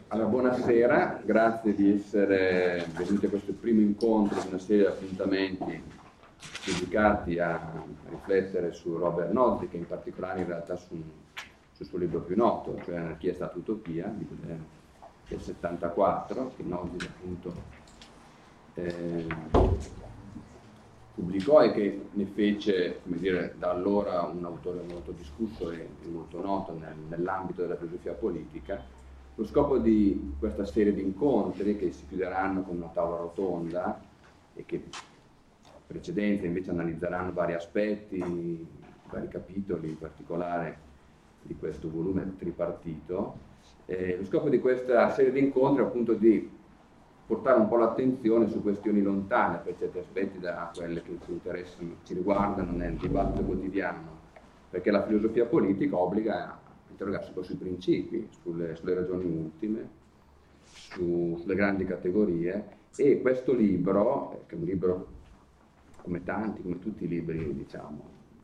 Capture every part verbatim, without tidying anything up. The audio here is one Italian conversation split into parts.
Allora, buonasera, grazie di essere venuti a questo primo incontro di una serie di appuntamenti dedicati a riflettere su Robert Nozick e in particolare in realtà su, sul suo libro più noto, cioè Anarchia, Stato, Utopia, del settantaquattro, che Nozick appunto eh, pubblicò e che ne fece, come dire, da allora un autore molto discusso e molto noto nel, nell'ambito della filosofia politica. Lo scopo di questa serie di incontri, che si chiuderanno con una tavola rotonda e che precedente invece analizzeranno vari aspetti, vari capitoli in particolare di questo volume tripartito, eh, lo scopo di questa serie di incontri è appunto di portare un po' l'attenzione su questioni lontane per certi aspetti da quelle che ci interessano, ci riguardano nel dibattito quotidiano, perché la filosofia politica obbliga a interrogarsi poi sui principi, sulle, sulle ragioni ultime, su, sulle grandi categorie, e questo libro, che è un libro come tanti, come tutti i libri, diciamo,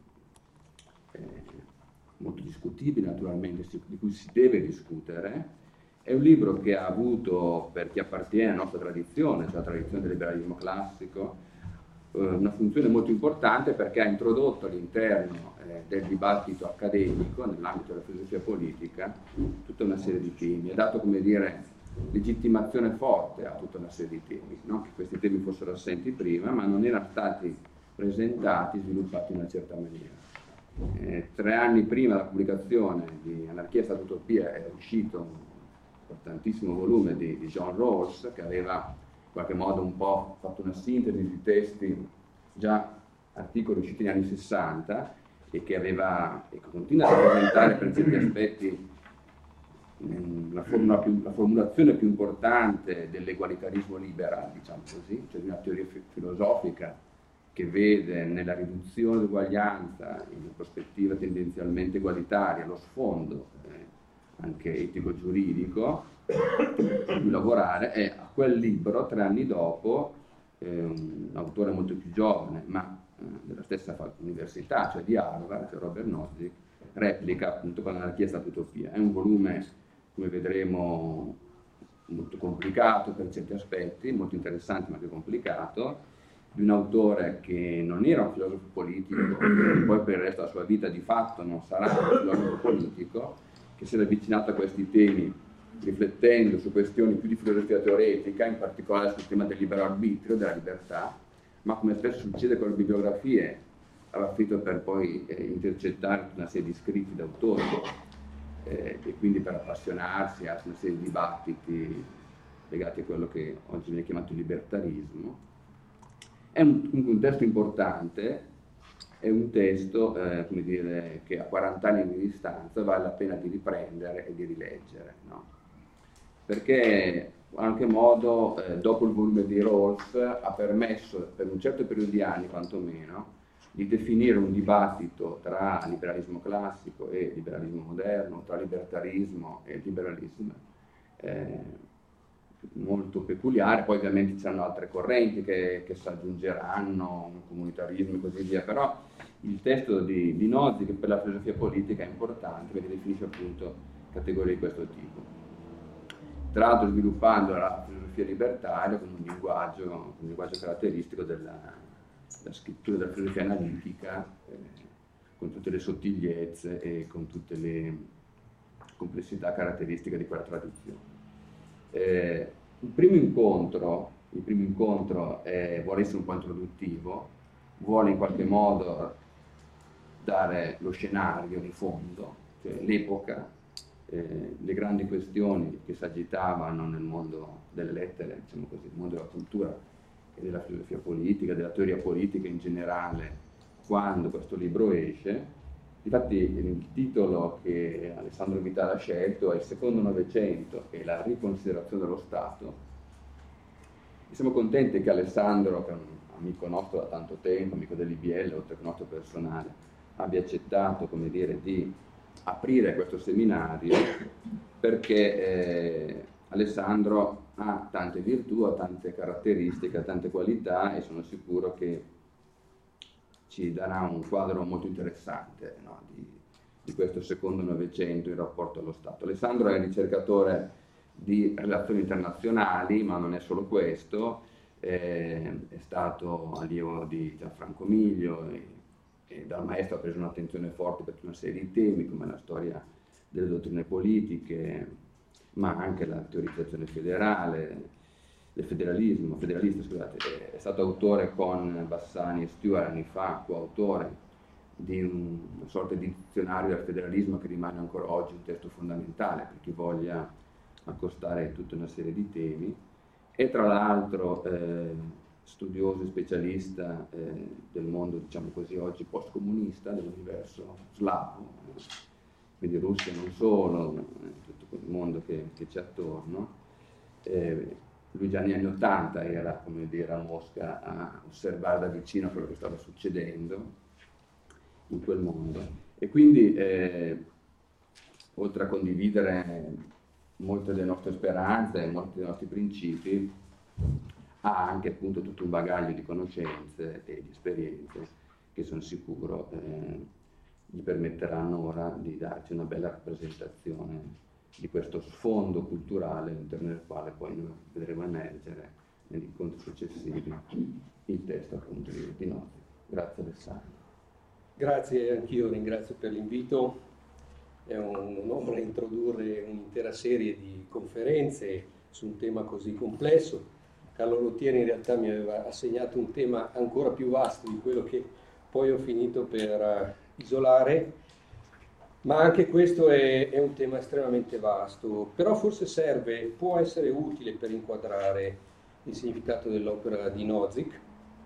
eh, molto discutibile naturalmente, di cui si deve discutere, è un libro che ha avuto, per chi appartiene alla nostra tradizione, cioè la tradizione del liberalismo classico, una funzione molto importante perché ha introdotto all'interno eh, del dibattito accademico, nell'ambito della filosofia politica, tutta una serie di temi, ha dato, come dire, legittimazione forte a tutta una serie di temi, no? Che questi temi fossero assenti prima, ma non erano stati presentati, sviluppati in una certa maniera. Eh, tre anni prima della pubblicazione di Anarchia, Stato, Utopia è uscito un importantissimo volume di, di John Rawls, che aveva in qualche modo un po' fatto una sintesi di testi, già articoli usciti negli anni sessanta, e che aveva e che continua a rappresentare per certi aspetti la, formula più, la formulazione più importante dell'egualitarismo liberal, diciamo così, cioè di una teoria fi filosofica che vede nella riduzione dell'uguaglianza, in una prospettiva tendenzialmente egualitaria, lo sfondo eh, anche etico-giuridico su cui lavorare. E a quel libro, tre anni dopo, eh, un autore molto più giovane, ma eh, della stessa università, cioè di Harvard, cioè Robert Nozick, replica appunto con Anarchia, Stato, Utopia. È un volume, come vedremo, molto complicato per certi aspetti, molto interessante ma anche complicato, di un autore che non era un filosofo politico, e poi per il resto della sua vita di fatto non sarà un filosofo politico, che si è avvicinato a questi temi riflettendo su questioni più di filosofia teoretica, in particolare sul tema del libero arbitrio, della libertà, ma come spesso succede con le bibliografie, aveva finito per poi eh, intercettare una serie di scritti d'autori eh, e quindi per appassionarsi a una serie di dibattiti legati a quello che oggi viene chiamato il libertarismo. È un, un testo importante, è un testo eh, come dire, che a quaranta anni di distanza vale la pena di riprendere e di rileggere, no? Perché in qualche modo eh, dopo il volume di Rawls ha permesso per un certo periodo di anni quantomeno di definire un dibattito tra liberalismo classico e liberalismo moderno, tra libertarismo e liberalismo eh, molto peculiare. Poi ovviamente ci saranno altre correnti che, che si aggiungeranno, un comunitarismo e così via, però il testo di, di Nozick per la filosofia politica è importante perché definisce appunto categorie di questo tipo, tra l'altro sviluppando la filosofia libertaria con un linguaggio, un linguaggio caratteristico della, della scrittura della filosofia analitica, eh, con tutte le sottigliezze e con tutte le complessità caratteristiche di quella tradizione. Eh, il primo incontro, il primo incontro è, vuole essere un po' introduttivo, vuole in qualche modo dare lo scenario di fondo, cioè l'epoca, Eh, le grandi questioni che si agitavano nel mondo delle lettere, diciamo così, nel mondo della cultura e della filosofia politica, della teoria politica in generale, quando questo libro esce. Infatti il titolo che Alessandro Vitale ha scelto è Il secondo Novecento e la riconsiderazione dello Stato. E siamo contenti che Alessandro, che è un amico nostro da tanto tempo, amico dell'I B L, oltre che nostro personale, abbia accettato, come dire, di aprire questo seminario, perché eh, Alessandro ha tante virtù, ha tante caratteristiche, ha tante qualità, e sono sicuro che ci darà un quadro molto interessante, no, di, di questo secondo Novecento in rapporto allo Stato. Alessandro è ricercatore di relazioni internazionali, ma non è solo questo, eh, è stato allievo di Gianfranco Miglio e, e dal maestro ha preso un'attenzione forte per una serie di temi come la storia delle dottrine politiche, ma anche la teorizzazione federale, del federalismo, federalista, scusate, è stato autore con Bassani e Stewart anni fa, coautore di un, una sorta di dizionario del federalismo che rimane ancora oggi un testo fondamentale per chi voglia accostare tutta una serie di temi, e tra l'altro eh, studioso e specialista eh, del mondo, diciamo così, oggi post-comunista, dell'universo slavo, quindi Russia non solo, eh, tutto quel mondo che, che c'è attorno. Eh, lui già negli anni Ottanta era, come dire, a Mosca a osservare da vicino quello che stava succedendo in quel mondo, e quindi eh, oltre a condividere molte delle nostre speranze e molti dei nostri principi, ha anche appunto tutto un bagaglio di conoscenze e di esperienze che sono sicuro eh, gli permetteranno ora di darci una bella rappresentazione di questo sfondo culturale all'interno del quale poi noi vedremo emergere negli incontri successivi il testo appunto di, di Nozick. Grazie Alessandro. Grazie, anch'io ringrazio per l'invito. È un onore introdurre un'intera serie di conferenze su un tema così complesso. Carlo Lottieri in realtà mi aveva assegnato un tema ancora più vasto di quello che poi ho finito per isolare, ma anche questo è, è un tema estremamente vasto, però forse serve, può essere utile per inquadrare il significato dell'opera di Nozick,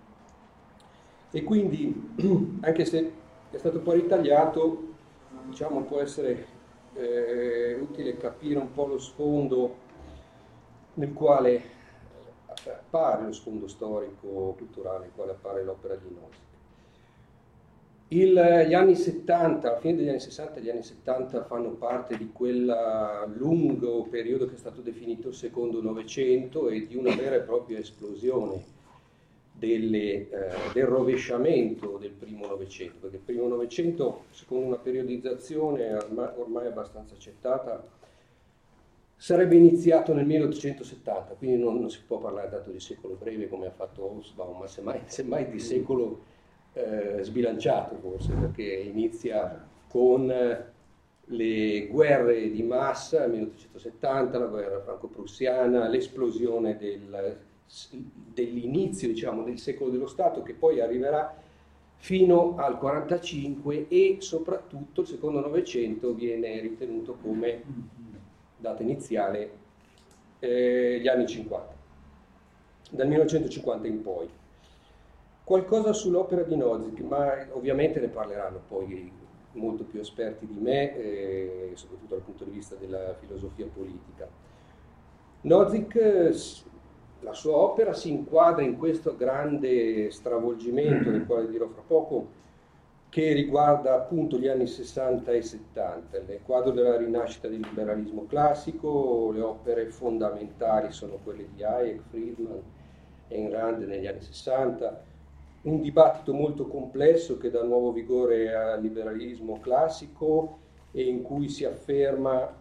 e quindi anche se è stato poi ritagliato, diciamo, può essere eh, utile capire un po' lo sfondo nel quale appare, lo sfondo storico culturale nel quale appare l'opera di Nozick. Il, gli anni settanta, alla fine degli anni sessanta e gli anni settanta fanno parte di quel lungo periodo che è stato definito il secondo Novecento e di una vera e propria esplosione delle, eh, del rovesciamento del primo Novecento, perché il primo Novecento, secondo una periodizzazione ormai, ormai abbastanza accettata, sarebbe iniziato nel milleottocentosettanta, quindi non, non si può parlare tanto di secolo breve come ha fatto Hobsbawm, ma semmai, semmai di secolo Eh, sbilanciato forse, perché inizia con eh, le guerre di massa nel milleottocentosettanta, la guerra franco-prussiana, l'esplosione del, dell'inizio, diciamo, del secolo dello Stato, che poi arriverà fino al quarantacinque, e soprattutto il secondo Novecento viene ritenuto come data iniziale eh, gli anni cinquanta, dal millenovecentocinquanta in poi. Qualcosa sull'opera di Nozick, ma ovviamente ne parleranno poi molto più esperti di me, eh, soprattutto dal punto di vista della filosofia politica. Nozick, la sua opera si inquadra in questo grande stravolgimento, del quale dirò fra poco, che riguarda appunto gli anni sessanta e settanta. Nel quadro della rinascita del liberalismo classico, le opere fondamentali sono quelle di Hayek, Friedman e Ayn Rand negli anni sessanta, un dibattito molto complesso che dà nuovo vigore al liberalismo classico e in cui si afferma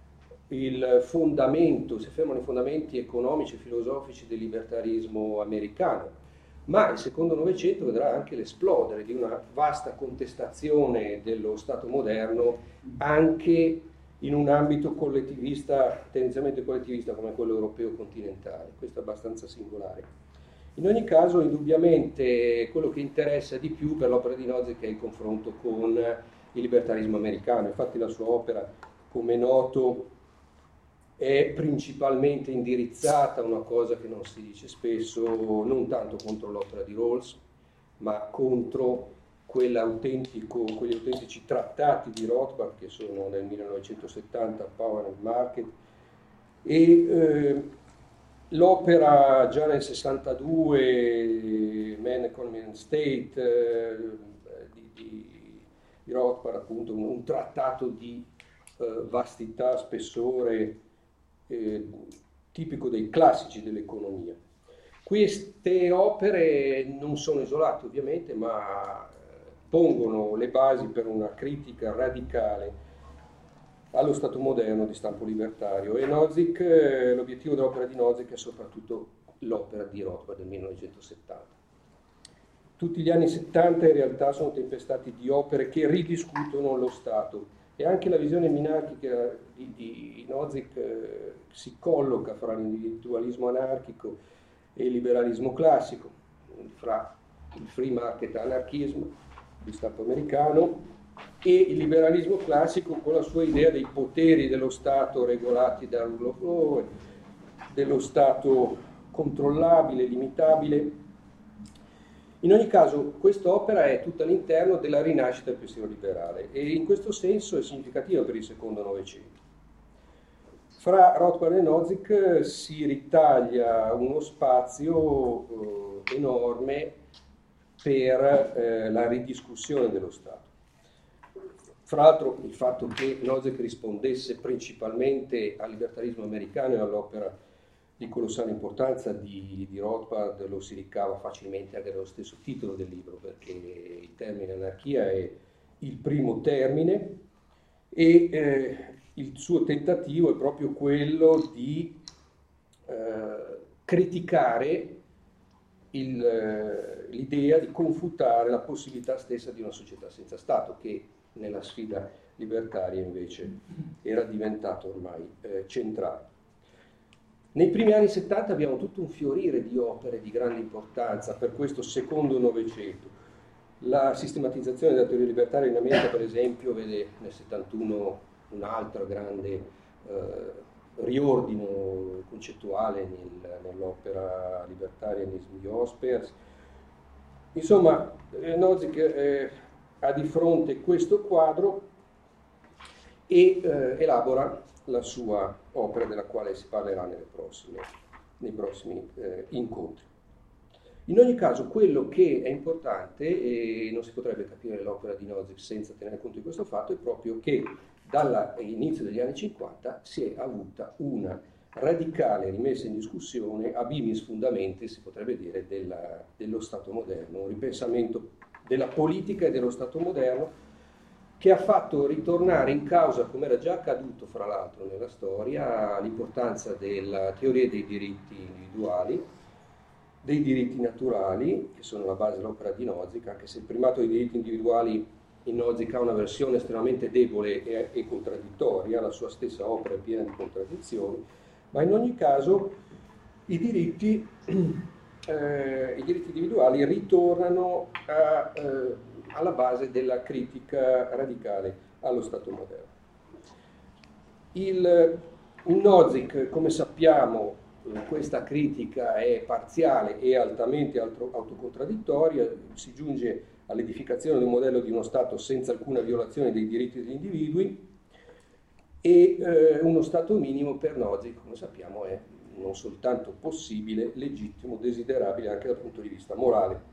il fondamento, si affermano i fondamenti economici e filosofici del libertarismo americano. Ma il secondo Novecento vedrà anche l'esplodere di una vasta contestazione dello Stato moderno anche in un ambito collettivista, tendenzialmente collettivista come quello europeo continentale. Questo è abbastanza singolare. In ogni caso, indubbiamente, quello che interessa di più per l'opera di Nozick è il confronto con il libertarismo americano. Infatti la sua opera, come è noto, è principalmente indirizzata a una cosa che non si dice spesso, non tanto contro l'opera di Rawls, ma contro quell'autentico, quegli autentici trattati di Rothbard che sono nel millenovecentosettanta, Power and Market, e eh, l'opera già nel sessantadue, Man, Economy and State, eh, di, di, di Rothbard, appunto, un, un trattato di eh, vastità, spessore, eh, tipico dei classici dell'economia. Queste opere non sono isolate ovviamente, ma pongono le basi per una critica radicale allo Stato moderno di stampo libertario. E Nozick, eh, l'obiettivo dell'opera di Nozick è soprattutto l'opera di Rothbard del millenovecentosettanta. Tutti gli anni settanta in realtà sono tempestati di opere che ridiscutono lo Stato, e anche la visione minarchica di, di Nozick eh, si colloca fra l'individualismo anarchico e il liberalismo classico, fra il free market anarchismo di stampo americano e il liberalismo classico con la sua idea dei poteri dello Stato regolati dal rule of law, dello Stato controllabile, limitabile. In ogni caso, quest'opera è tutta all'interno della rinascita del pensiero liberale e in questo senso è significativa per il secondo Novecento. Fra Rothbard e Nozick si ritaglia uno spazio eh, enorme per eh, la ridiscussione dello Stato. Fra l'altro il fatto che Nozick rispondesse principalmente al libertarismo americano e all'opera di colossale importanza di, di Rothbard lo si ricava facilmente anche dallo stesso titolo del libro, perché il termine anarchia è il primo termine e eh, il suo tentativo è proprio quello di eh, criticare l'idea di confutare la possibilità stessa di una società senza Stato, che nella sfida libertaria invece era diventato ormai eh, centrale. Nei primi anni settanta abbiamo tutto un fiorire di opere di grande importanza per questo secondo Novecento. La sistematizzazione della teoria libertaria in America, per esempio, vede nel settantuno un altro grande eh, riordino concettuale nel, nell'opera libertaria di Jaspers. Insomma, Nozick eh, ha di fronte questo quadro e eh, elabora la sua opera, della quale si parlerà nelle prossime, nei prossimi eh, incontri. In ogni caso, quello che è importante, e non si potrebbe capire l'opera di Nozick senza tenere conto di questo fatto, è proprio che dall'inizio degli anni cinquanta si è avuta una radicale rimessa in discussione, abimis fundamenti, si potrebbe dire, della, dello Stato moderno, un ripensamento della politica e dello Stato moderno, che ha fatto ritornare in causa, come era già accaduto fra l'altro nella storia, l'importanza della teoria dei diritti individuali, dei diritti naturali, che sono la base dell'opera di Nozick, anche se il primato dei diritti individuali in Nozick ha una versione estremamente debole e, e contraddittoria, la sua stessa opera è piena di contraddizioni, ma in ogni caso i diritti, eh, i diritti individuali ritornano a... Eh, alla base della critica radicale allo Stato moderno. Il, in Nozick, come sappiamo, questa critica è parziale e altamente autocontradittoria, si giunge all'edificazione di un modello di uno Stato senza alcuna violazione dei diritti degli individui e eh, uno Stato minimo per Nozick, come sappiamo, è non soltanto possibile, legittimo, desiderabile anche dal punto di vista morale.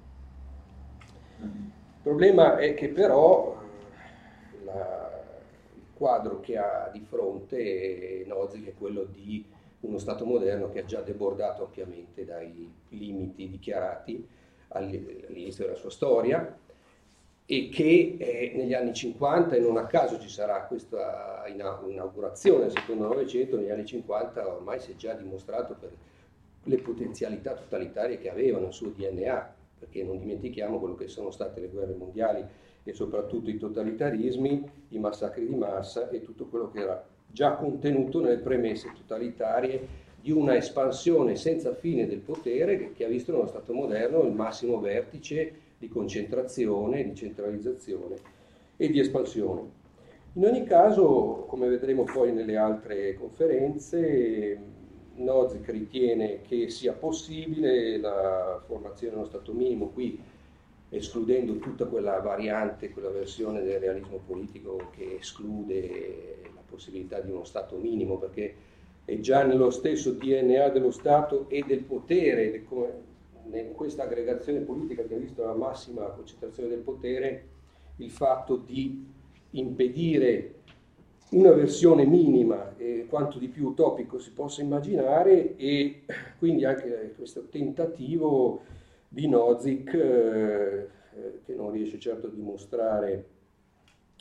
Il problema è che però la, il quadro che ha di fronte Nozick è quello di uno Stato moderno che ha già debordato ampiamente dai limiti dichiarati all'inizio della sua storia e che eh, negli anni cinquanta, e non a caso ci sarà questa inaugurazione del secondo Novecento, negli anni cinquanta ormai si è già dimostrato per le potenzialità totalitarie che aveva nel suo D N A, perché non dimentichiamo quello che sono state le guerre mondiali e soprattutto i totalitarismi, i massacri di massa e tutto quello che era già contenuto nelle premesse totalitarie di una espansione senza fine del potere che, che ha visto nello Stato moderno il massimo vertice di concentrazione, di centralizzazione e di espansione. In ogni caso, come vedremo poi nelle altre conferenze, Nozick ritiene che sia possibile la formazione dello Stato minimo, qui escludendo tutta quella variante, quella versione del realismo politico che esclude la possibilità di uno Stato minimo, perché è già nello stesso D N A dello Stato e del potere, in questa aggregazione politica che ha visto la massima concentrazione del potere, il fatto di impedire una versione minima, eh, quanto di più utopico si possa immaginare, e quindi anche questo tentativo di Nozick, eh, che non riesce certo a dimostrare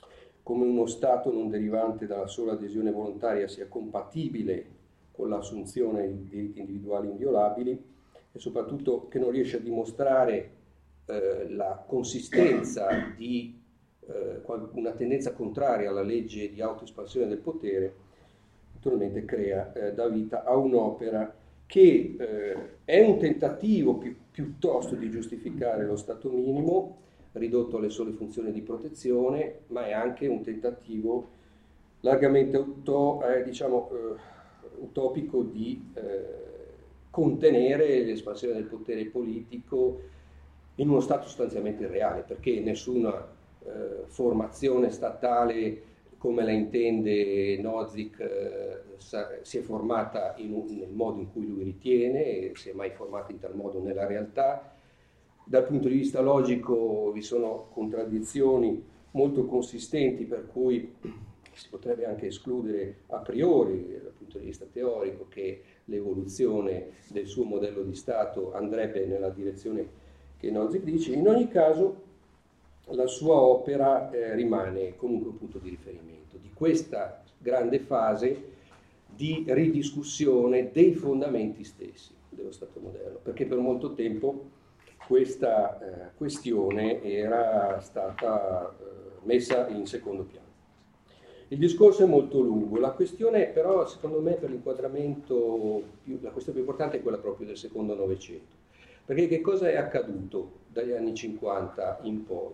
come uno Stato non derivante dalla sola adesione volontaria sia compatibile con l'assunzione di diritti individuali inviolabili, e soprattutto che non riesce a dimostrare eh, la consistenza di eh, una tendenza contraria alla legge di autoespansione del potere, naturalmente crea, eh, dà vita a un'opera che eh, è un tentativo pi- piuttosto di giustificare lo Stato minimo, ridotto alle sole funzioni di protezione, ma è anche un tentativo largamente auto, eh, diciamo, eh, utopico di eh, contenere l'espansione del potere politico in uno Stato sostanzialmente irreale, perché nessuna eh, formazione statale come la intende Nozick eh, sa, si è formata in un, nel modo in cui lui ritiene, e si è mai formata in tal modo nella realtà. Dal punto di vista logico vi sono contraddizioni molto consistenti, per cui si potrebbe anche escludere a priori, dal punto di vista teorico, che l'evoluzione del suo modello di Stato andrebbe nella direzione che Nozick dice. In ogni caso la sua opera eh, rimane comunque un punto di riferimento di questa grande fase di ridiscussione dei fondamenti stessi dello Stato moderno, perché per molto tempo questa eh, questione era stata eh, messa in secondo piano. Il discorso è molto lungo, la questione però secondo me per l'inquadramento, più, la questione più importante è quella proprio del secondo Novecento, perché che cosa è accaduto dagli anni cinquanta in poi?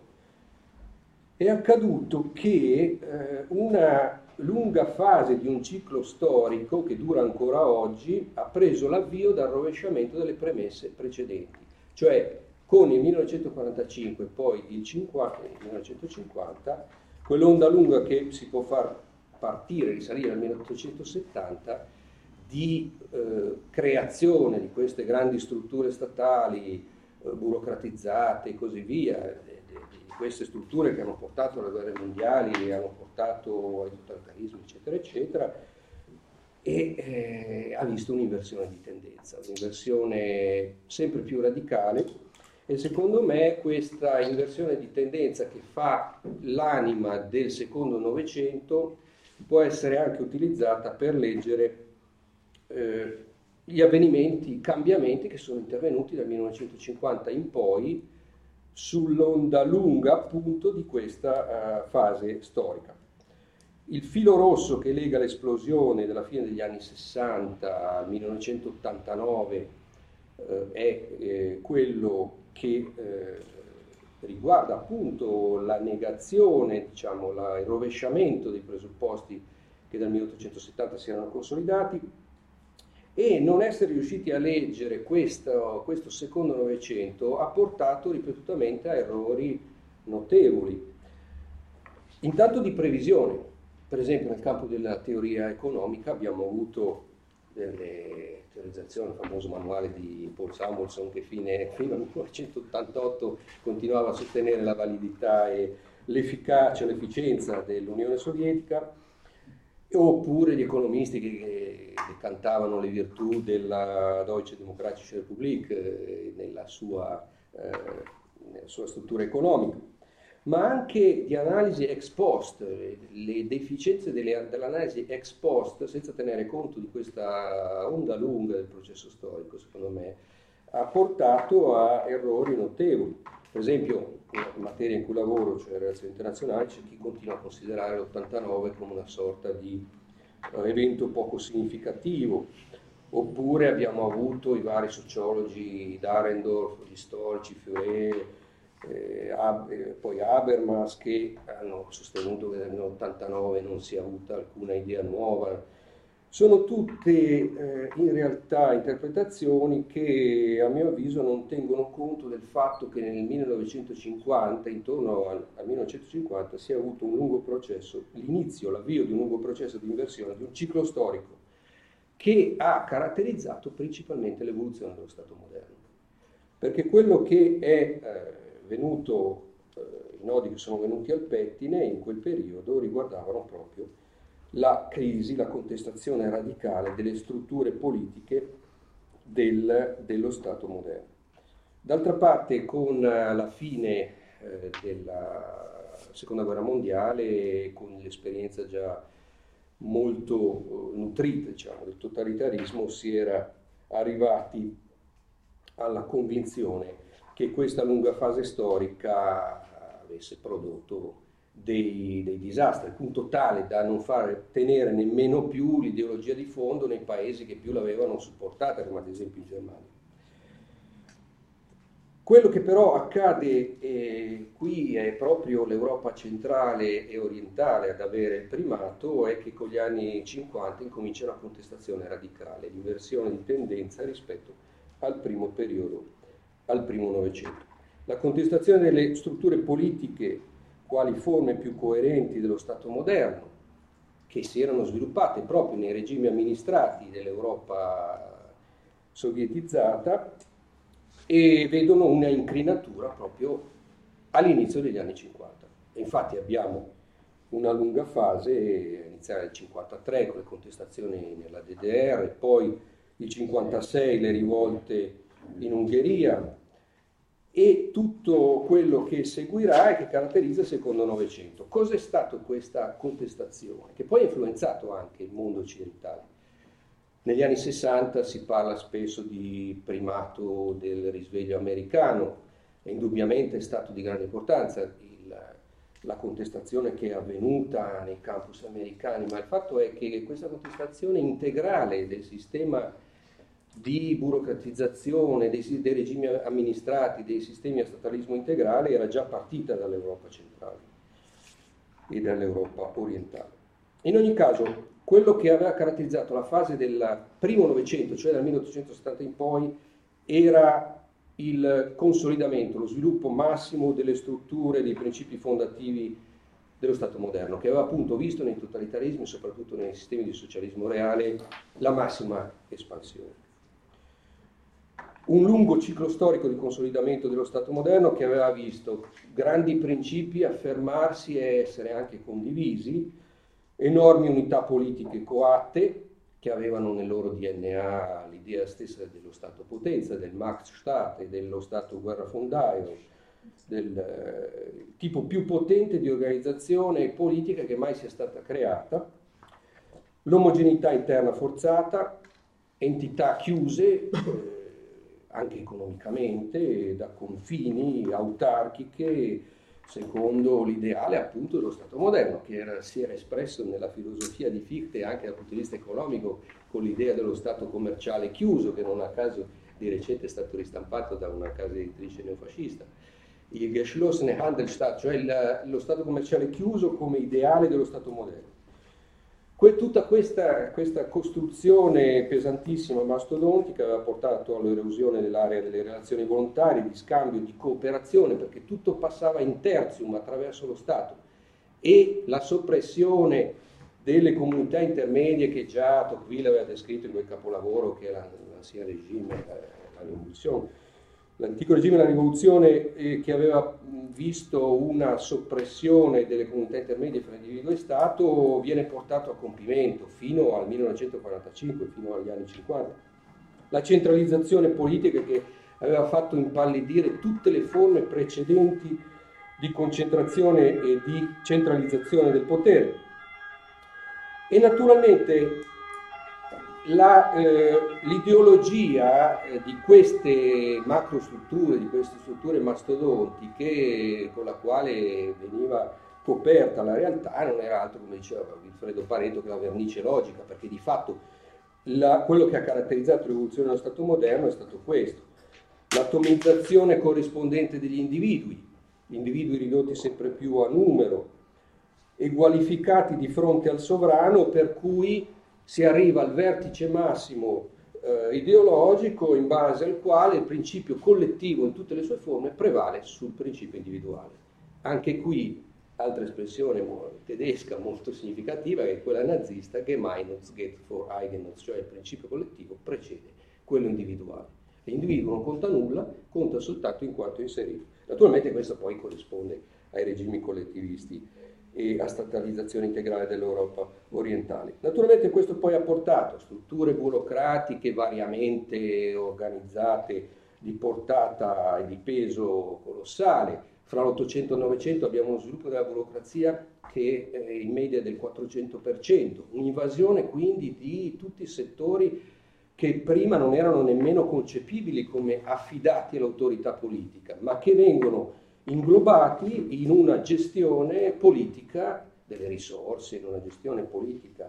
È accaduto che eh, una lunga fase di un ciclo storico che dura ancora oggi ha preso l'avvio dal rovesciamento delle premesse precedenti, cioè con il millenovecentoquarantacinque e poi il, cinquanta, il millenovecentocinquanta, quell'onda lunga che si può far partire, risalire al milleottocentosettanta, di eh, creazione di queste grandi strutture statali eh, burocratizzate e così via, de, de, di queste strutture che hanno portato alle guerre mondiali, hanno portato ai totalitarismi, eccetera, eccetera, e eh, ha visto un'inversione di tendenza, un'inversione sempre più radicale. E secondo me questa inversione di tendenza che fa l'anima del secondo Novecento può essere anche utilizzata per leggere eh, gli avvenimenti, i cambiamenti che sono intervenuti dal millenovecentocinquanta in poi sull'onda lunga appunto di questa uh, fase storica. Il filo rosso che lega l'esplosione della fine degli anni sessanta al millenovecentottantanove eh, è eh, quello che eh, riguarda appunto la negazione, diciamo, la, il rovesciamento dei presupposti che dal milleottocentosettanta si erano consolidati, e non essere riusciti a leggere questo, questo secondo Novecento ha portato ripetutamente a errori notevoli, intanto di previsione. Per esempio nel campo della teoria economica abbiamo avuto delle teorizzazioni, il famoso manuale di Paul Samuelson che fine, fino al millenovecentottantotto continuava a sostenere la validità e l'efficacia, l'efficienza dell'Unione Sovietica, oppure gli economisti che, che, che cantavano le virtù della Deutsche Demokratische Republik eh, nella, sua, eh, nella sua struttura economica, ma anche di analisi ex post, le deficienze delle, dell'analisi ex post, senza tenere conto di questa onda lunga del processo storico, secondo me, ha portato a errori notevoli. Per esempio, in materia in cui lavoro, cioè relazioni internazionali, c'è chi continua a considerare l'ottantanove come una sorta di uh, evento poco significativo, oppure abbiamo avuto i vari sociologi, Dahrendorf, gli storici, Furet, eh, Ab- eh, poi Habermas, che hanno sostenuto che nell'ottantanove non si è avuta alcuna idea nuova. Sono tutte eh, in realtà interpretazioni che a mio avviso non tengono conto del fatto che nel millenovecentocinquanta, intorno al, al millenovecentocinquanta, si è avuto un lungo processo, l'inizio, l'avvio di un lungo processo di inversione, di un ciclo storico che ha caratterizzato principalmente l'evoluzione dello Stato moderno. Perché quello che è eh, venuto, eh, i nodi che sono venuti al pettine in quel periodo riguardavano proprio la crisi, la contestazione radicale delle strutture politiche del, dello Stato moderno. D'altra parte, con la fine eh, della, seconda guerra mondiale, con l'esperienza già molto nutrita, diciamo, del totalitarismo, si era arrivati alla convinzione che questa lunga fase storica avesse prodotto dei, dei disastri, al punto tale da non far tenere nemmeno più l'ideologia di fondo nei paesi che più l'avevano supportata, come ad esempio in Germania. Quello che però accade eh, qui è proprio l'Europa centrale e orientale ad avere il primato, è che con gli anni cinquanta incomincia una contestazione radicale, l'inversione di tendenza rispetto al primo periodo, al primo Novecento. La contestazione delle strutture politiche quali forme più coerenti dello Stato moderno, che si erano sviluppate proprio nei regimi amministrati dell'Europa sovietizzata, e vedono una incrinatura proprio all'inizio degli anni cinquanta. E infatti abbiamo una lunga fase, iniziale nel cinquantatré con le contestazioni nella D D R, poi il cinquantasei le rivolte in Ungheria e tutto quello che seguirà e che caratterizza il secondo Novecento. Cos'è stata questa contestazione? Che poi ha influenzato anche il mondo occidentale. Negli anni sessanta si parla spesso di primato del risveglio americano, e indubbiamente è stato di grande importanza il, la contestazione che è avvenuta nei campus americani, ma il fatto è che questa contestazione integrale del sistema di burocratizzazione, dei, dei regimi amministrati, dei sistemi a statalismo integrale era già partita dall'Europa centrale e dall'Europa orientale. In ogni caso, quello che aveva caratterizzato la fase del primo Novecento, cioè dal milleottocentosettanta in poi, era il consolidamento, lo sviluppo massimo delle strutture, dei principi fondativi dello Stato moderno, che aveva appunto visto nei totalitarismi, soprattutto nei sistemi di socialismo reale, la massima espansione. Un lungo ciclo storico di consolidamento dello Stato moderno che aveva visto grandi principi affermarsi e essere anche condivisi, enormi unità politiche coatte che avevano nel loro D N A l'idea stessa dello Stato potenza, del Machtstaat e dello Stato guerrafondaio, del eh, tipo più potente di organizzazione politica che mai sia stata creata, l'omogeneità interna forzata, entità chiuse, eh, anche economicamente, da confini autarchiche, secondo l'ideale appunto dello Stato moderno, che era, si era espresso nella filosofia di Fichte anche dal punto di vista economico con l'idea dello Stato commerciale chiuso, che non a caso di recente è stato ristampato da una casa editrice neofascista. Il geschlossene Handelsstaat, cioè il, lo Stato commerciale chiuso come ideale dello Stato moderno. Que, tutta questa, questa costruzione pesantissima, mastodontica, aveva portato all'erosione dell'area delle relazioni volontarie, di scambio, di cooperazione, perché tutto passava in tertium attraverso lo Stato, e la soppressione delle comunità intermedie che già Tocqueville aveva descritto in quel capolavoro che era l'Ancien Régime, la Rivoluzione. L'antico regime della rivoluzione eh, che aveva visto una soppressione delle comunità intermedie fra individuo e Stato viene portato a compimento fino al millenovecentoquarantacinque, fino agli anni cinquanta. La centralizzazione politica che aveva fatto impallidire tutte le forme precedenti di concentrazione e di centralizzazione del potere. E naturalmente La, eh, l'ideologia eh, di queste macrostrutture, di queste strutture mastodontiche con la quale veniva coperta la realtà non era altro, come diceva Vilfredo Pareto, che la vernice logica, perché di fatto la, quello che ha caratterizzato l'evoluzione dello Stato moderno è stato questo: l'atomizzazione corrispondente degli individui, gli individui ridotti sempre più a numero, egualificati di fronte al sovrano, per cui si arriva al vertice massimo eh, ideologico in base al quale il principio collettivo in tutte le sue forme prevale sul principio individuale. Anche qui, altra espressione tedesca molto significativa, che è quella nazista, Gemeinnutz geht vor Eigennutz, cioè il principio collettivo precede quello individuale. L'individuo non conta nulla, conta soltanto in quanto inserito. Naturalmente questo poi corrisponde ai regimi collettivisti e a statalizzazione integrale dell'Europa orientale. Naturalmente questo poi ha portato a strutture burocratiche variamente organizzate, di portata e di peso colossale, fra l'Ottocento e il Novecento abbiamo uno sviluppo della burocrazia che è in media del quattrocento per cento, un'invasione quindi di tutti i settori che prima non erano nemmeno concepibili come affidati all'autorità politica, ma che vengono inglobati in una gestione politica delle risorse, in una gestione politica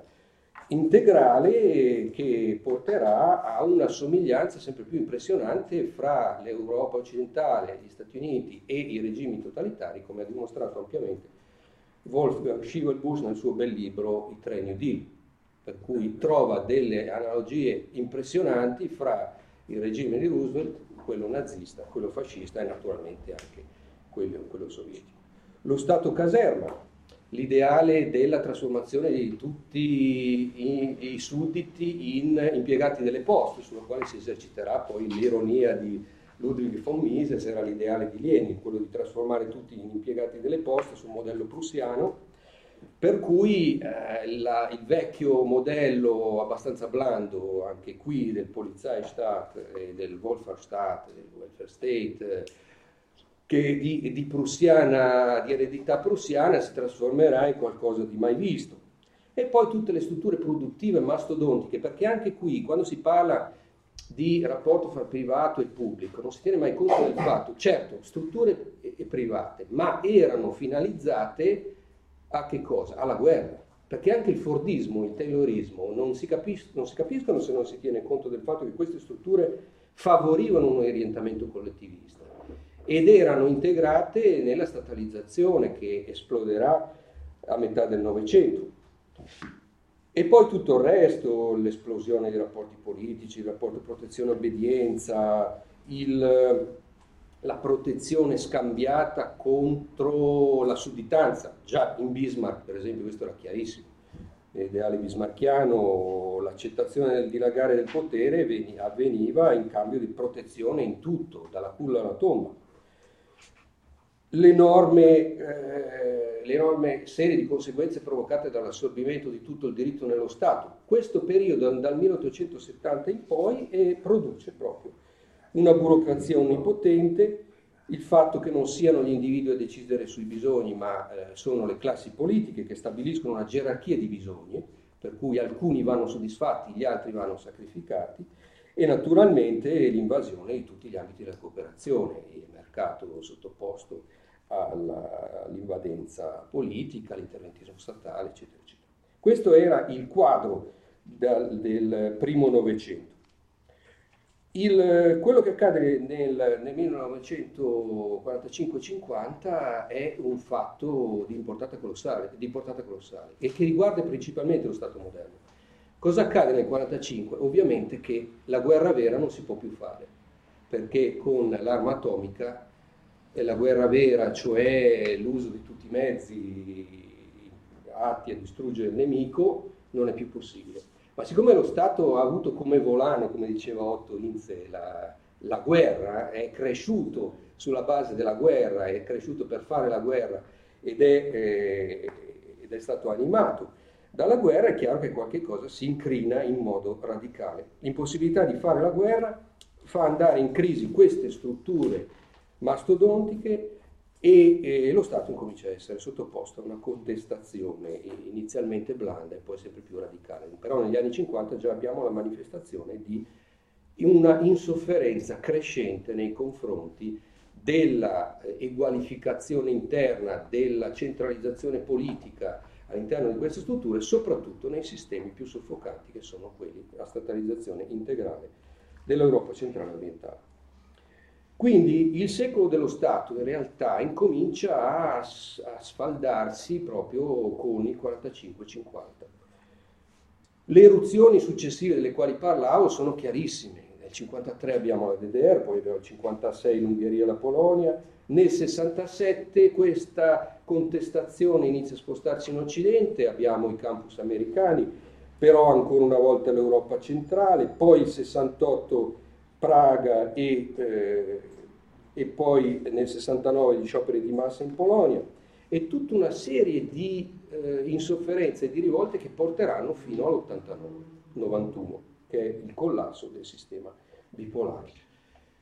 integrale che porterà a una somiglianza sempre più impressionante fra l'Europa occidentale, gli Stati Uniti e i regimi totalitari, come ha dimostrato ampiamente Wolfgang Schivelbusch nel suo bel libro I tre New Deal, per cui trova delle analogie impressionanti fra il regime di Roosevelt, quello nazista, quello fascista e naturalmente anche quello, quello sovietico. Lo Stato caserma, l'ideale della trasformazione di tutti i, i sudditi in impiegati delle poste, sulla quale si eserciterà poi l'ironia di Ludwig von Mises, era l'ideale di Lenin, quello di trasformare tutti in impiegati delle poste sul modello prussiano, per cui eh, la, il vecchio modello abbastanza blando, anche qui, del Polizeistaat e del Wohlfahrtsstaat, del welfare state, che di, di prussiana, di eredità prussiana, si trasformerà in qualcosa di mai visto. E poi tutte le strutture produttive mastodontiche, perché anche qui, quando si parla di rapporto fra privato e pubblico, non si tiene mai conto del fatto, certo, strutture e, e private, ma erano finalizzate a che cosa? Alla guerra. Perché anche il Fordismo, il Taylorismo non si, capis- non si capiscono se non si tiene conto del fatto che queste strutture favorivano un orientamento collettivista ed erano integrate nella statalizzazione che esploderà a metà del Novecento. E poi tutto il resto, l'esplosione dei rapporti politici, il rapporto protezione-obbedienza, il, la protezione scambiata contro la sudditanza. Già in Bismarck, per esempio, questo era chiarissimo. Nell'ideale bismarchiano l'accettazione del dilagare del potere avveniva in cambio di protezione in tutto, dalla culla alla tomba. L'enorme, eh, l'enorme serie di conseguenze provocate dall'assorbimento di tutto il diritto nello Stato. Questo periodo, dal milleottocentosettanta in poi, eh, produce proprio una burocrazia onnipotente, il fatto che non siano gli individui a decidere sui bisogni, ma eh, sono le classi politiche che stabiliscono una gerarchia di bisogni, per cui alcuni vanno soddisfatti, gli altri vanno sacrificati, e naturalmente l'invasione di tutti gli ambiti della cooperazione, il mercato sottoposto alla, all'invadenza politica, all'interventismo statale, eccetera, eccetera. Questo era il quadro dal, del primo Novecento. Il, quello che accade nel, nel millenovecentoquarantacinque cinquanta è un fatto di portata colossale, di portata colossale e che riguarda principalmente lo Stato moderno. Cosa accade nel millenovecentoquarantacinque? Ovviamente che la guerra vera non si può più fare, perché con l'arma atomica la guerra vera, cioè l'uso di tutti i mezzi atti a distruggere il nemico, non è più possibile. Ma siccome lo Stato ha avuto come volano, come diceva Otto Inze, la, la guerra, è cresciuto sulla base della guerra, è cresciuto per fare la guerra ed è, eh, ed è stato animato dalla guerra, è chiaro che qualche cosa si incrina in modo radicale. L'impossibilità di fare la guerra fa andare in crisi queste strutture mastodontiche e, e lo Stato incomincia a essere sottoposto a una contestazione inizialmente blanda e poi sempre più radicale. Però negli anni cinquanta già abbiamo la manifestazione di una insofferenza crescente nei confronti della egualificazione interna, della centralizzazione politica all'interno di queste strutture, soprattutto nei sistemi più soffocanti che sono quelli della statalizzazione integrale dell'Europa centrale orientale. Quindi il secolo dello Stato in realtà incomincia a, a sfaldarsi proprio con il quarantacinque cinquanta. Le eruzioni successive delle quali parlavo sono chiarissime. Nel cinquantatré abbiamo la D D R, poi abbiamo il cinquantasei l'Ungheria e la Polonia. Nel sessantasette questa contestazione inizia a spostarsi in Occidente, abbiamo i campus americani, però ancora una volta l'Europa centrale, poi il sessantotto Praga e, eh, e poi nel sessantanove gli scioperi di massa in Polonia e tutta una serie di eh, insofferenze e di rivolte che porteranno fino all'ottantanove novantuno, che è il collasso del sistema bipolare.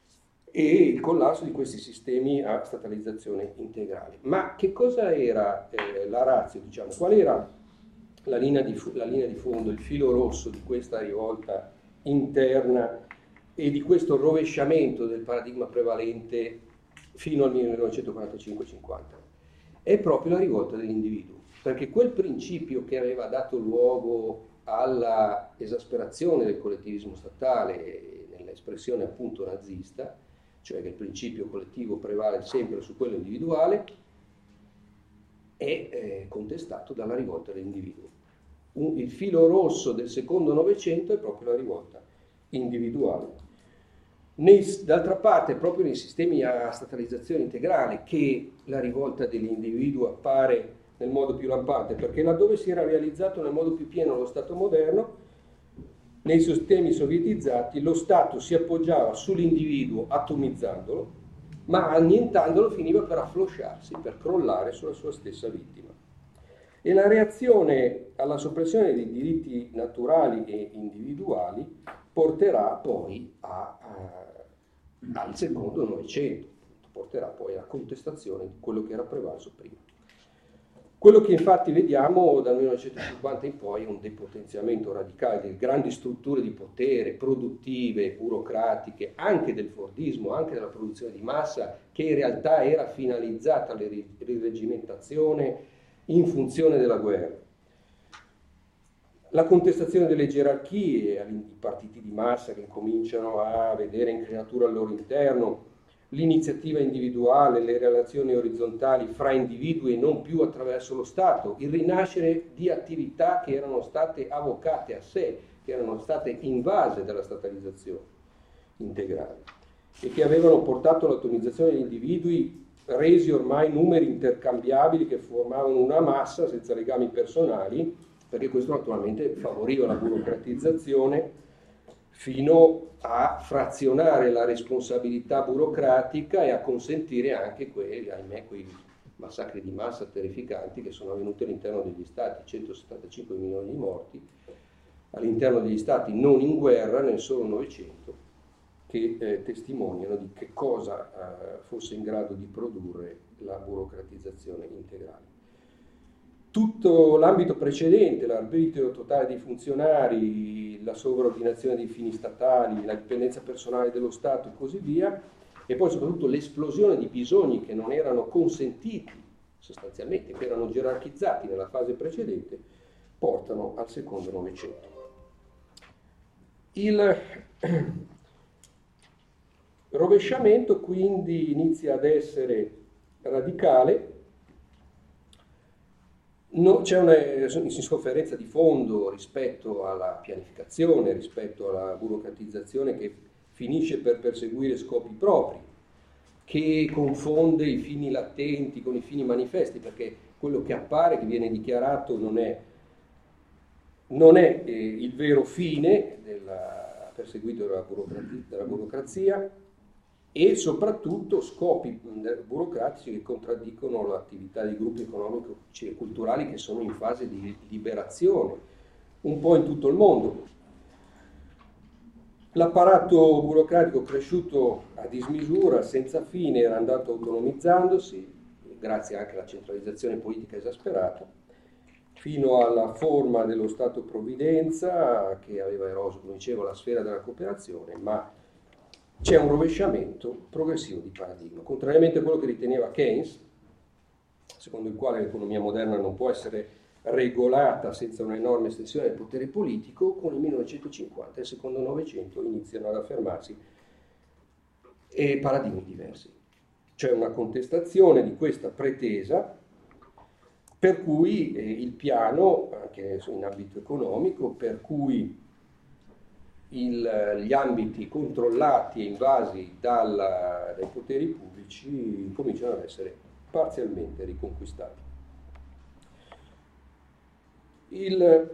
e il collasso di questi sistemi a statalizzazione integrale. Ma che cosa era eh, la ratio, diciamo? Qual era la linea, di, la linea di fondo, il filo rosso di questa rivolta interna e di questo rovesciamento del paradigma prevalente fino al millenovecentoquarantacinque cinquanta? È proprio la rivolta dell'individuo, perché quel principio che aveva dato luogo alla esasperazione del collettivismo statale nell'espressione appunto nazista, cioè che il principio collettivo prevale sempre su quello individuale, è eh, contestato dalla rivolta dell'individuo. Un, il filo rosso del secondo Novecento è proprio la rivolta individuale. Nei, d'altra parte, è proprio nei sistemi a statalizzazione integrale che la rivolta dell'individuo appare nel modo più lampante, perché laddove si era realizzato nel modo più pieno lo Stato moderno, nei sistemi sovietizzati lo Stato si appoggiava sull'individuo atomizzandolo, ma annientandolo finiva per afflosciarsi, per crollare sulla sua stessa vittima. E la reazione alla soppressione dei diritti naturali e individuali porterà poi a, a, al secondo Novecento, porterà poi alla contestazione di quello che era prevalso prima. Quello che infatti vediamo dal millenovecentocinquanta in poi è un depotenziamento radicale delle grandi strutture di potere, produttive, burocratiche, anche del Fordismo, anche della produzione di massa, che in realtà era finalizzata alla rireggimentazione in funzione della guerra. La contestazione delle gerarchie, i partiti di massa che cominciano a vedere incrinatura al loro interno, l'iniziativa individuale, le relazioni orizzontali fra individui e non più attraverso lo Stato, il rinascere di attività che erano state avvocate a sé, che erano state invase dalla statalizzazione integrale e che avevano portato all'atomizzazione degli individui resi ormai numeri intercambiabili che formavano una massa senza legami personali, perché questo naturalmente favoriva la burocratizzazione fino a frazionare la responsabilità burocratica e a consentire anche quei, ahimè, quei massacri di massa terrificanti che sono avvenuti all'interno degli stati, centosettantacinque milioni di morti, all'interno degli stati non in guerra nel solo Novecento, che eh, testimoniano di che cosa eh, fosse in grado di produrre la burocratizzazione integrale. Tutto l'ambito precedente, l'arbitrio totale dei funzionari, la sovraordinazione dei fini statali, la dipendenza personale dello Stato e così via, e poi soprattutto l'esplosione di bisogni che non erano consentiti sostanzialmente, che erano gerarchizzati nella fase precedente, portano al secondo Novecento. Il rovesciamento quindi inizia ad essere radicale. No, c'è una insofferenza di fondo rispetto alla pianificazione, rispetto alla burocratizzazione che finisce per perseguire scopi propri, che confonde i fini latenti con i fini manifesti, perché quello che appare, che viene dichiarato, non è, non è eh, il vero fine della, perseguito dalla, burocrazia, dalla burocrazia, e soprattutto scopi burocratici che contraddicono l'attività dei gruppi economici e culturali che sono in fase di liberazione, un po' in tutto il mondo. L'apparato burocratico cresciuto a dismisura, senza fine, era andato autonomizzandosi, grazie anche alla centralizzazione politica esasperata, fino alla forma dello Stato-provvidenza che aveva eroso, come dicevo, la sfera della cooperazione, ma c'è un rovesciamento progressivo di paradigma. Contrariamente a quello che riteneva Keynes, secondo il quale l'economia moderna non può essere regolata senza un'enorme estensione del potere politico, con il millenovecentocinquanta e il secondo Novecento iniziano ad affermarsi e paradigmi diversi. C'è una contestazione di questa pretesa per cui eh, il piano, anche in ambito economico, per cui Il, gli ambiti controllati e invasi dalla, dai poteri pubblici cominciano ad essere parzialmente riconquistati. Il,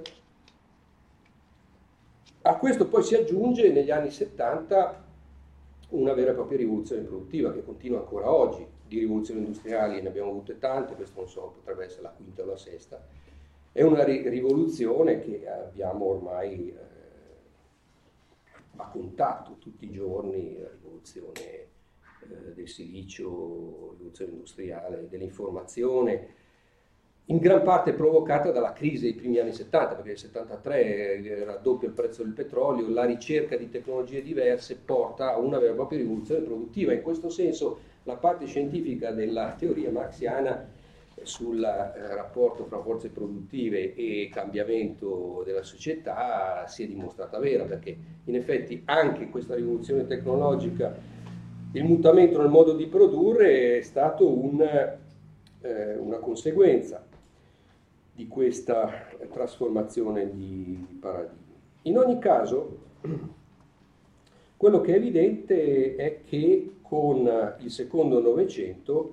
a questo poi si aggiunge negli anni settanta una vera e propria rivoluzione produttiva che continua ancora oggi. Di rivoluzioni industriali ne abbiamo avute tante, questo non so, potrebbe essere la quinta o la sesta. È una ri- rivoluzione che abbiamo ormai eh, a contatto tutti i giorni, la rivoluzione eh, del silicio, rivoluzione industriale, dell'informazione, in gran parte provocata dalla crisi dei primi anni settanta, perché nel settantatré raddoppia il prezzo del petrolio, la ricerca di tecnologie diverse porta a una vera e propria rivoluzione produttiva. In questo senso la parte scientifica della teoria marxiana sul eh, rapporto fra forze produttive e cambiamento della società si è dimostrata vera, perché in effetti anche questa rivoluzione tecnologica, il mutamento nel modo di produrre è stato un, eh, una conseguenza di questa trasformazione di paradigma. In ogni caso, quello che è evidente è che con il secondo Novecento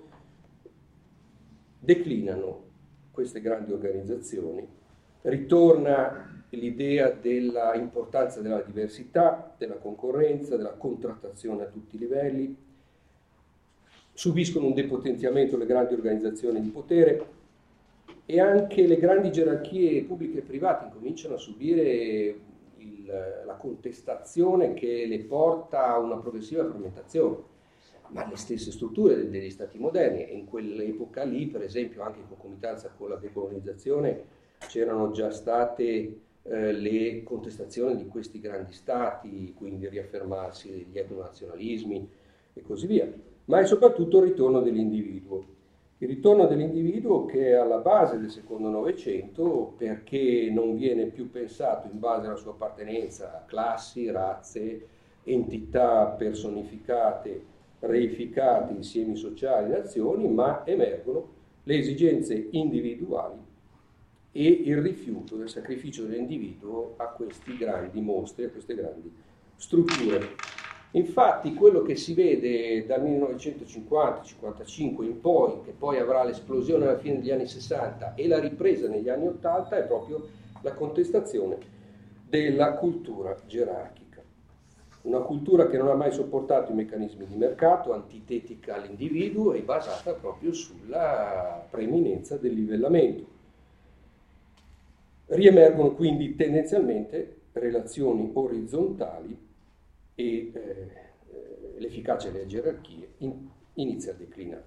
declinano queste grandi organizzazioni, ritorna l'idea dell'importanza della diversità, della concorrenza, della contrattazione a tutti i livelli, subiscono un depotenziamento le grandi organizzazioni di potere e anche le grandi gerarchie pubbliche e private incominciano a subire il, la contestazione che le porta a una progressiva frammentazione. Ma le stesse strutture degli stati moderni, e in quell'epoca lì, per esempio, anche in concomitanza con la decolonizzazione, c'erano già state eh, le contestazioni di questi grandi stati, quindi riaffermarsi degli etnonazionalismi e così via, ma è soprattutto il ritorno dell'individuo. Il ritorno dell'individuo che è alla base del secondo Novecento, perché non viene più pensato in base alla sua appartenenza a classi, razze, entità personificate, reificati, insiemi sociali, nazioni, ma emergono le esigenze individuali e il rifiuto del sacrificio dell'individuo a questi grandi mostri, a queste grandi strutture. Infatti quello che si vede dal millenovecentocinquanta cinquantacinque in poi, che poi avrà l'esplosione alla fine degli anni sessanta e la ripresa negli anni ottanta, è proprio la contestazione della cultura gerarchica. Una cultura che non ha mai sopportato i meccanismi di mercato, antitetica all'individuo e basata proprio sulla preeminenza del livellamento. Riemergono quindi tendenzialmente relazioni orizzontali e eh, l'efficacia delle gerarchie in, inizia a declinare.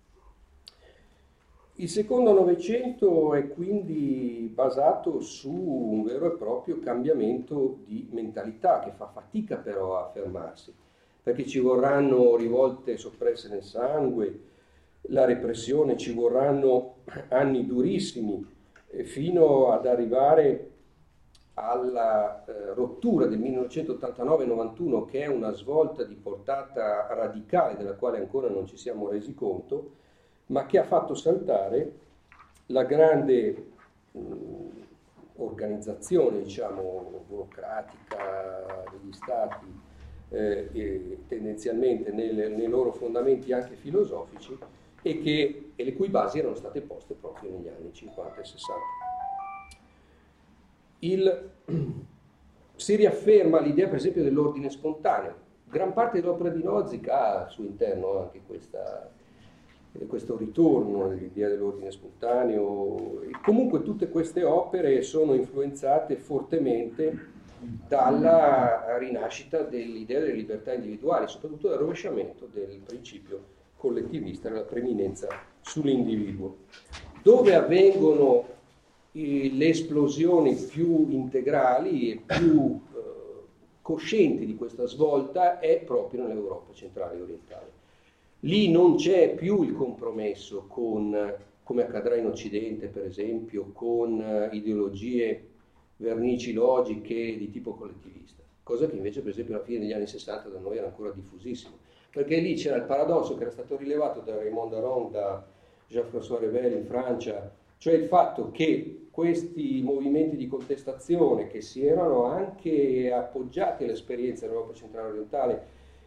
Il secondo Novecento è quindi basato su un vero e proprio cambiamento di mentalità che fa fatica però a fermarsi, perché ci vorranno rivolte soppresse nel sangue, la repressione, ci vorranno anni durissimi eh, fino ad arrivare alla eh, rottura del millenovecentottantanove novantuno, che è una svolta di portata radicale della quale ancora non ci siamo resi conto, ma che ha fatto saltare la grande mh, organizzazione, diciamo, burocratica degli stati, eh, e tendenzialmente nel, nei loro fondamenti anche filosofici, e, che, e le cui basi erano state poste proprio negli anni cinquanta e sessanta. Il, si riafferma l'idea, per esempio, dell'ordine spontaneo. Gran parte dell'opera di Nozick ha al suo interno anche questa, questo ritorno all'idea dell'ordine spontaneo. E comunque tutte queste opere sono influenzate fortemente dalla rinascita dell'idea delle libertà individuali, soprattutto dal rovesciamento del principio collettivista, della preminenza sull'individuo. Dove avvengono le esplosioni più integrali e più eh, coscienti di questa svolta è proprio nell'Europa centrale e orientale. Lì non c'è più il compromesso con, come accadrà in Occidente per esempio, con ideologie vernici logiche di tipo collettivista, cosa che invece per esempio alla fine degli anni sessanta da noi era ancora diffusissimo, perché lì c'era il paradosso che era stato rilevato da Raymond Aron, da Jean-François Revel in Francia, cioè il fatto che questi movimenti di contestazione, che si erano anche appoggiati all'esperienza dell'Europa centrale orientale,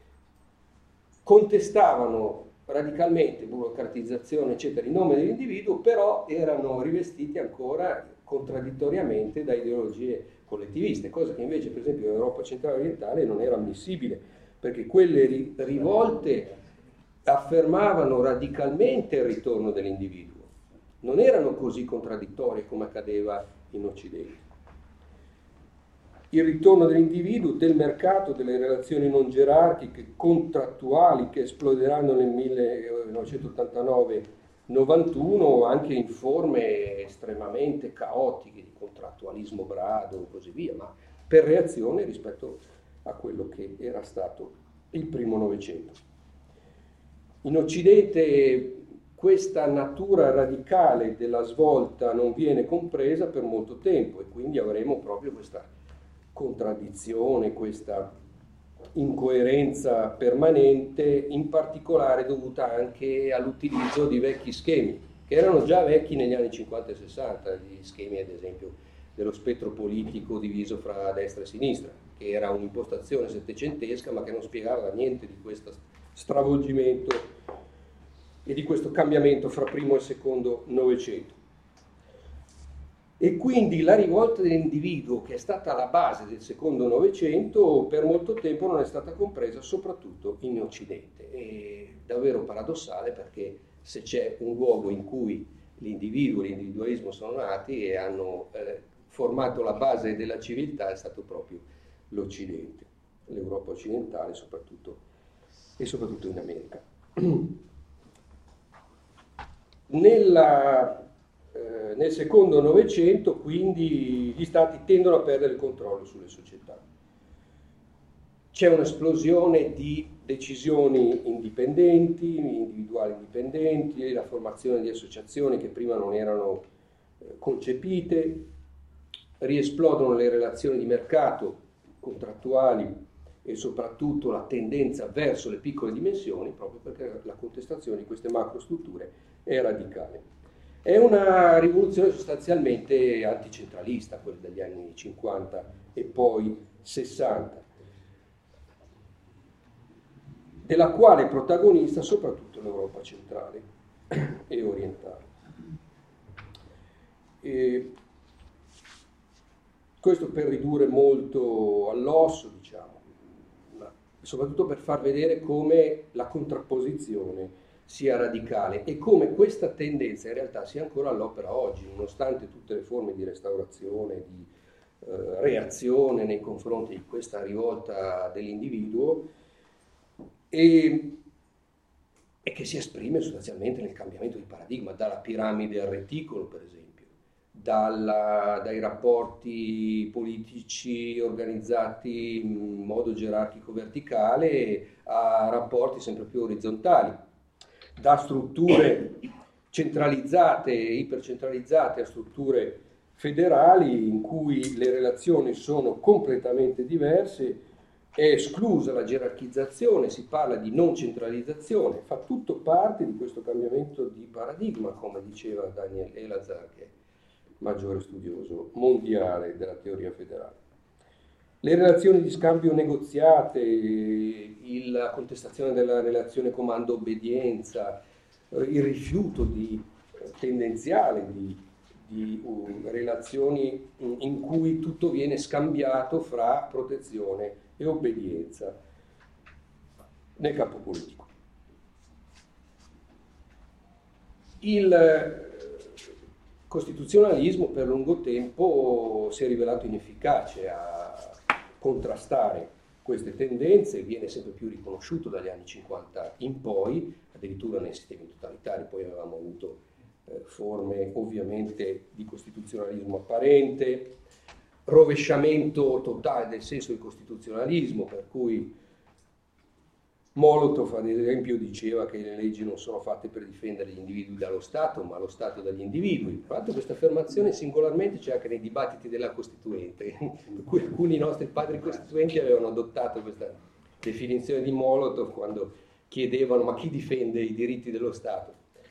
contestavano radicalmente burocratizzazione, eccetera, in nome dell'individuo, però erano rivestiti ancora contraddittoriamente da ideologie collettiviste, cosa che invece, per esempio, nell'Europa centrale orientale non era ammissibile, perché quelle ri- rivolte affermavano radicalmente il ritorno dell'individuo. Non erano così contraddittorie come accadeva in Occidente. il ritorno dell'individuo, del mercato, delle relazioni non gerarchiche, contrattuali, che esploderanno nel millenovecentottantanove novantuno, anche in forme estremamente caotiche di contrattualismo brado e così via, ma per reazione rispetto a quello che era stato il primo Novecento. In Occidente questa natura radicale della svolta non viene compresa per molto tempo e quindi avremo proprio questa contraddizione, questa incoerenza permanente, in particolare dovuta anche all'utilizzo di vecchi schemi, che erano già vecchi negli anni cinquanta e sessanta, gli schemi ad esempio dello spettro politico diviso fra destra e sinistra, che era un'impostazione settecentesca ma che non spiegava niente di questo stravolgimento e di questo cambiamento fra primo e secondo Novecento. E quindi la rivolta dell'individuo, che è stata la base del secondo Novecento, per molto tempo non è stata compresa, soprattutto in Occidente. È davvero paradossale, perché se c'è un luogo in cui l'individuo e l'individualismo sono nati e hanno eh, formato la base della civiltà, è stato proprio l'Occidente, l'Europa occidentale soprattutto, e soprattutto in America. Nella... Nel secondo Novecento, quindi, gli stati tendono a perdere il controllo sulle società. C'è un'esplosione di decisioni indipendenti, individuali indipendenti, la formazione di associazioni che prima non erano concepite, riesplodono le relazioni di mercato contrattuali e soprattutto la tendenza verso le piccole dimensioni, proprio perché la contestazione di queste macrostrutture è radicale. È una rivoluzione sostanzialmente anticentralista, quella degli anni cinquanta e poi sessanta, della quale protagonista soprattutto l'Europa centrale e orientale. E questo per ridurre molto all'osso, diciamo, ma soprattutto per far vedere come la contrapposizione sia radicale e come questa tendenza in realtà sia ancora all'opera oggi, nonostante tutte le forme di restaurazione, di eh, reazione nei confronti di questa rivolta dell'individuo, e, e che si esprime sostanzialmente nel cambiamento di paradigma, dalla piramide al reticolo, per esempio, dalla, dai rapporti politici organizzati in modo gerarchico verticale a rapporti sempre più orizzontali, da strutture centralizzate e ipercentralizzate a strutture federali in cui le relazioni sono completamente diverse, è esclusa la gerarchizzazione, si parla di non centralizzazione, fa tutto parte di questo cambiamento di paradigma, come diceva Daniel Elazar, che è maggiore studioso mondiale della teoria federale. Le relazioni di scambio negoziate, la contestazione della relazione comando-obbedienza, il rifiuto di, tendenziale di, di uh, relazioni in cui tutto viene scambiato fra protezione e obbedienza nel campo politico. Il costituzionalismo per lungo tempo si è rivelato inefficace a contrastare queste tendenze, viene sempre più riconosciuto dagli anni cinquanta in poi, addirittura nei sistemi totalitari. Poi avevamo avuto eh, forme ovviamente di costituzionalismo apparente, rovesciamento totale del senso del costituzionalismo, per cui Molotov ad esempio diceva che le leggi non sono fatte per difendere gli individui dallo Stato, ma lo Stato dagli individui. Tra l'altro questa affermazione singolarmente c'è anche nei dibattiti della Costituente, per cui alcuni nostri padri costituenti avevano adottato questa definizione di Molotov quando chiedevano ma chi difende i diritti dello Stato.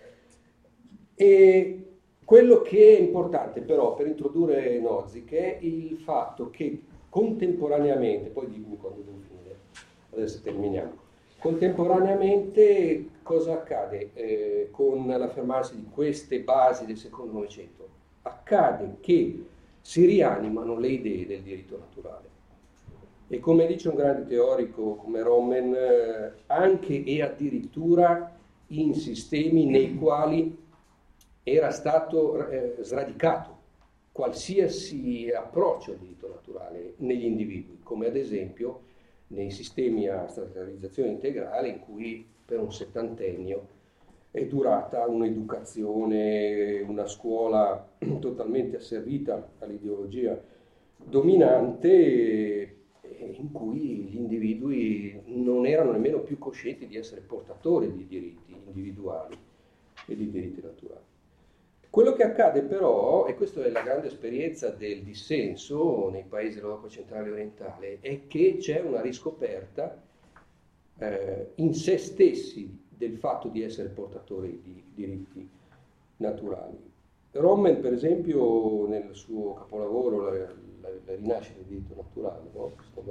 E quello che è importante però per introdurre Nozick è il fatto che contemporaneamente, poi dimmi quando devo finire, adesso terminiamo, contemporaneamente cosa accade eh, con l'affermarsi di queste basi del secondo Novecento? Accade che si rianimano le idee del diritto naturale. E come dice un grande teorico come Romen, eh, anche e addirittura in sistemi nei quali era stato eh, sradicato qualsiasi approccio al diritto naturale negli individui, come ad esempio nei sistemi a statalizzazione integrale in cui per un settantennio è durata un'educazione, una scuola totalmente asservita all'ideologia dominante, in cui gli individui non erano nemmeno più coscienti di essere portatori di diritti individuali e di diritti naturali. Quello che accade però, e questa è la grande esperienza del dissenso nei paesi dell'Europa centrale e orientale, è che c'è una riscoperta eh, in se stessi del fatto di essere portatori di diritti naturali. Rommel, per esempio, nel suo capolavoro La, la, la rinascita del diritto naturale, no?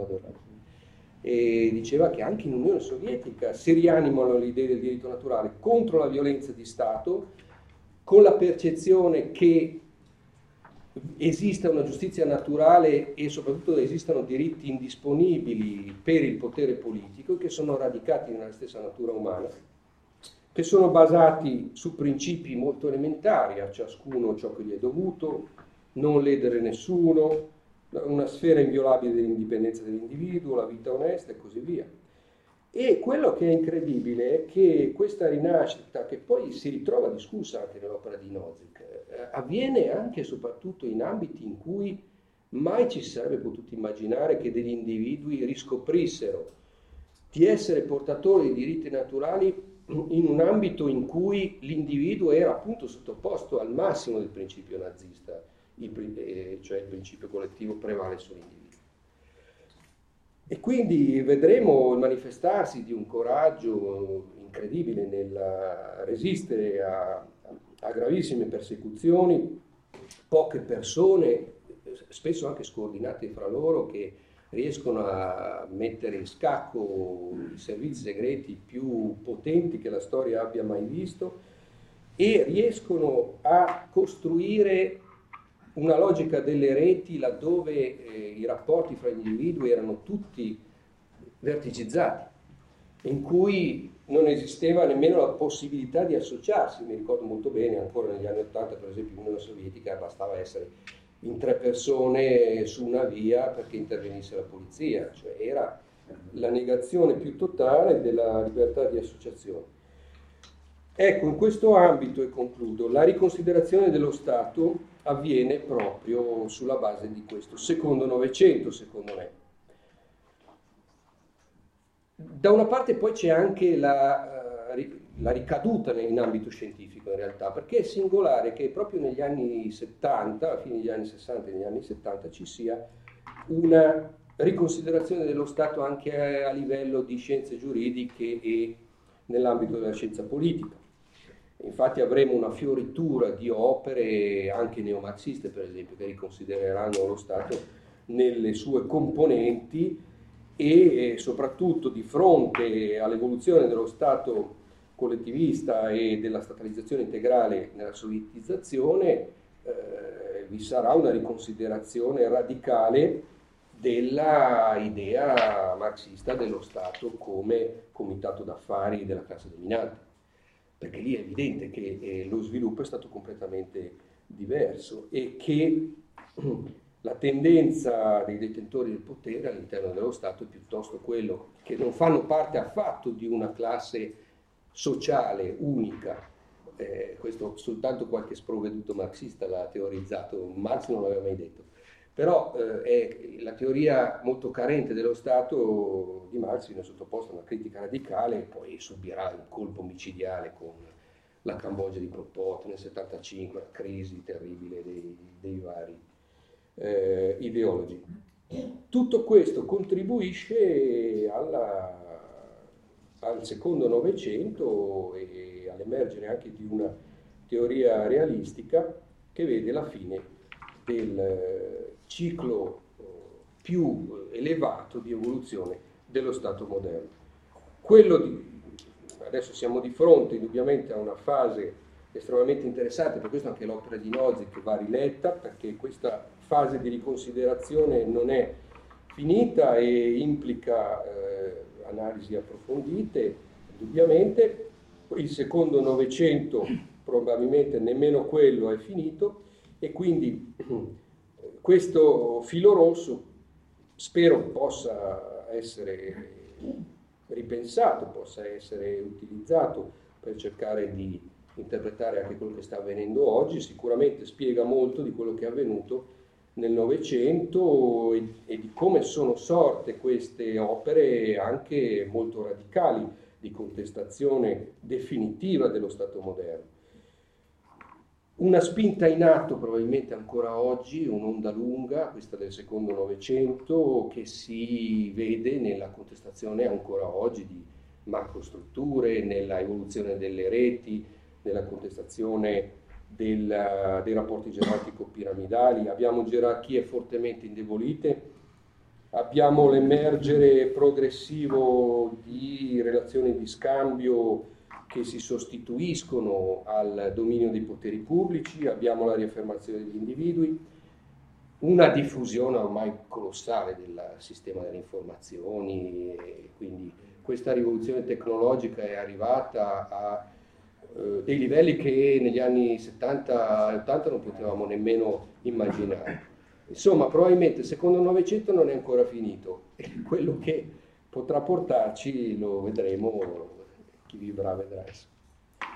E diceva che anche in Unione Sovietica si rianimano le idee del diritto naturale contro la violenza di Stato, con la percezione che esista una giustizia naturale e soprattutto esistano diritti indisponibili per il potere politico che sono radicati nella stessa natura umana, che sono basati su principi molto elementari, a ciascuno ciò che gli è dovuto, non ledere nessuno, una sfera inviolabile dell'indipendenza dell'individuo, la vita onesta e così via. E quello che è incredibile è che questa rinascita, che poi si ritrova discussa anche nell'opera di Nozick, eh, avviene anche e soprattutto in ambiti in cui mai ci si sarebbe potuto immaginare che degli individui riscoprissero di essere portatori di diritti naturali in un ambito in cui l'individuo era appunto sottoposto al massimo del principio nazista, il, eh, cioè il principio collettivo prevale sull'individuo. E quindi vedremo il manifestarsi di un coraggio incredibile nel resistere a, a gravissime persecuzioni, poche persone, spesso anche scordinate fra loro, che riescono a mettere in scacco i servizi segreti più potenti che la storia abbia mai visto e riescono a costruire una logica delle reti laddove eh, i rapporti fra gli individui erano tutti verticizzati, in cui non esisteva nemmeno la possibilità di associarsi. Mi ricordo molto bene, ancora negli anni Ottanta, per esempio, in Unione Sovietica bastava essere in tre persone su una via perché intervenisse la polizia, cioè era la negazione più totale della libertà di associazione. Ecco, in questo ambito, e concludo, la riconsiderazione dello Stato avviene proprio sulla base di questo secondo Novecento, secondo me. Da una parte poi c'è anche la, la ricaduta in ambito scientifico in realtà, perché è singolare che proprio negli anni settanta, a fine degli anni sessanta e negli anni settanta, ci sia una riconsiderazione dello Stato anche a, a livello di scienze giuridiche e nell'ambito della scienza politica. Infatti avremo una fioritura di opere anche neomarxiste, per esempio, che riconsidereranno lo Stato nelle sue componenti e soprattutto di fronte all'evoluzione dello Stato collettivista e della statalizzazione integrale nella sovietizzazione, eh, vi sarà una riconsiderazione radicale della idea marxista dello Stato come comitato d'affari della classe dominante. Perché lì è evidente che eh, lo sviluppo è stato completamente diverso e che la tendenza dei detentori del potere all'interno dello Stato è piuttosto quello che non fanno parte affatto di una classe sociale unica. Eh, questo soltanto qualche sprovveduto marxista l'ha teorizzato, Marx non l'aveva mai detto. Però eh, è la teoria molto carente dello Stato di Marx viene sottoposta a una critica radicale e poi subirà un colpo micidiale con la Cambogia di Pol Pot nel settantacinque, la crisi terribile dei, dei vari eh, ideologi. Tutto questo contribuisce alla, al secondo Novecento e all'emergere anche di una teoria realistica che vede la fine del ciclo più elevato di evoluzione dello Stato moderno. Quello di, adesso siamo di fronte indubbiamente a una fase estremamente interessante, per questo anche l'opera di Nozick va riletta, perché questa fase di riconsiderazione non è finita e implica eh, analisi approfondite, indubbiamente. Il secondo Novecento probabilmente nemmeno quello è finito, e quindi questo filo rosso spero possa essere ripensato, possa essere utilizzato per cercare di interpretare anche quello che sta avvenendo oggi. Sicuramente spiega molto di quello che è avvenuto nel Novecento e, e di come sono sorte queste opere anche molto radicali di contestazione definitiva dello Stato moderno. Una spinta in atto probabilmente ancora oggi, un'onda lunga, questa del secondo Novecento, che si vede nella contestazione ancora oggi di macrostrutture, nella evoluzione delle reti, nella contestazione del, dei rapporti gerarchico-piramidali. Abbiamo gerarchie fortemente indebolite, abbiamo l'emergere progressivo di relazioni di scambio che si sostituiscono al dominio dei poteri pubblici, abbiamo la riaffermazione degli individui, una diffusione ormai colossale del sistema delle informazioni, e quindi questa rivoluzione tecnologica è arrivata a eh, dei livelli che negli anni settanta e ottanta non potevamo nemmeno immaginare. Insomma, probabilmente il secondo Novecento non è ancora finito e quello che potrà portarci lo vedremo. Chi vivrà vedrà.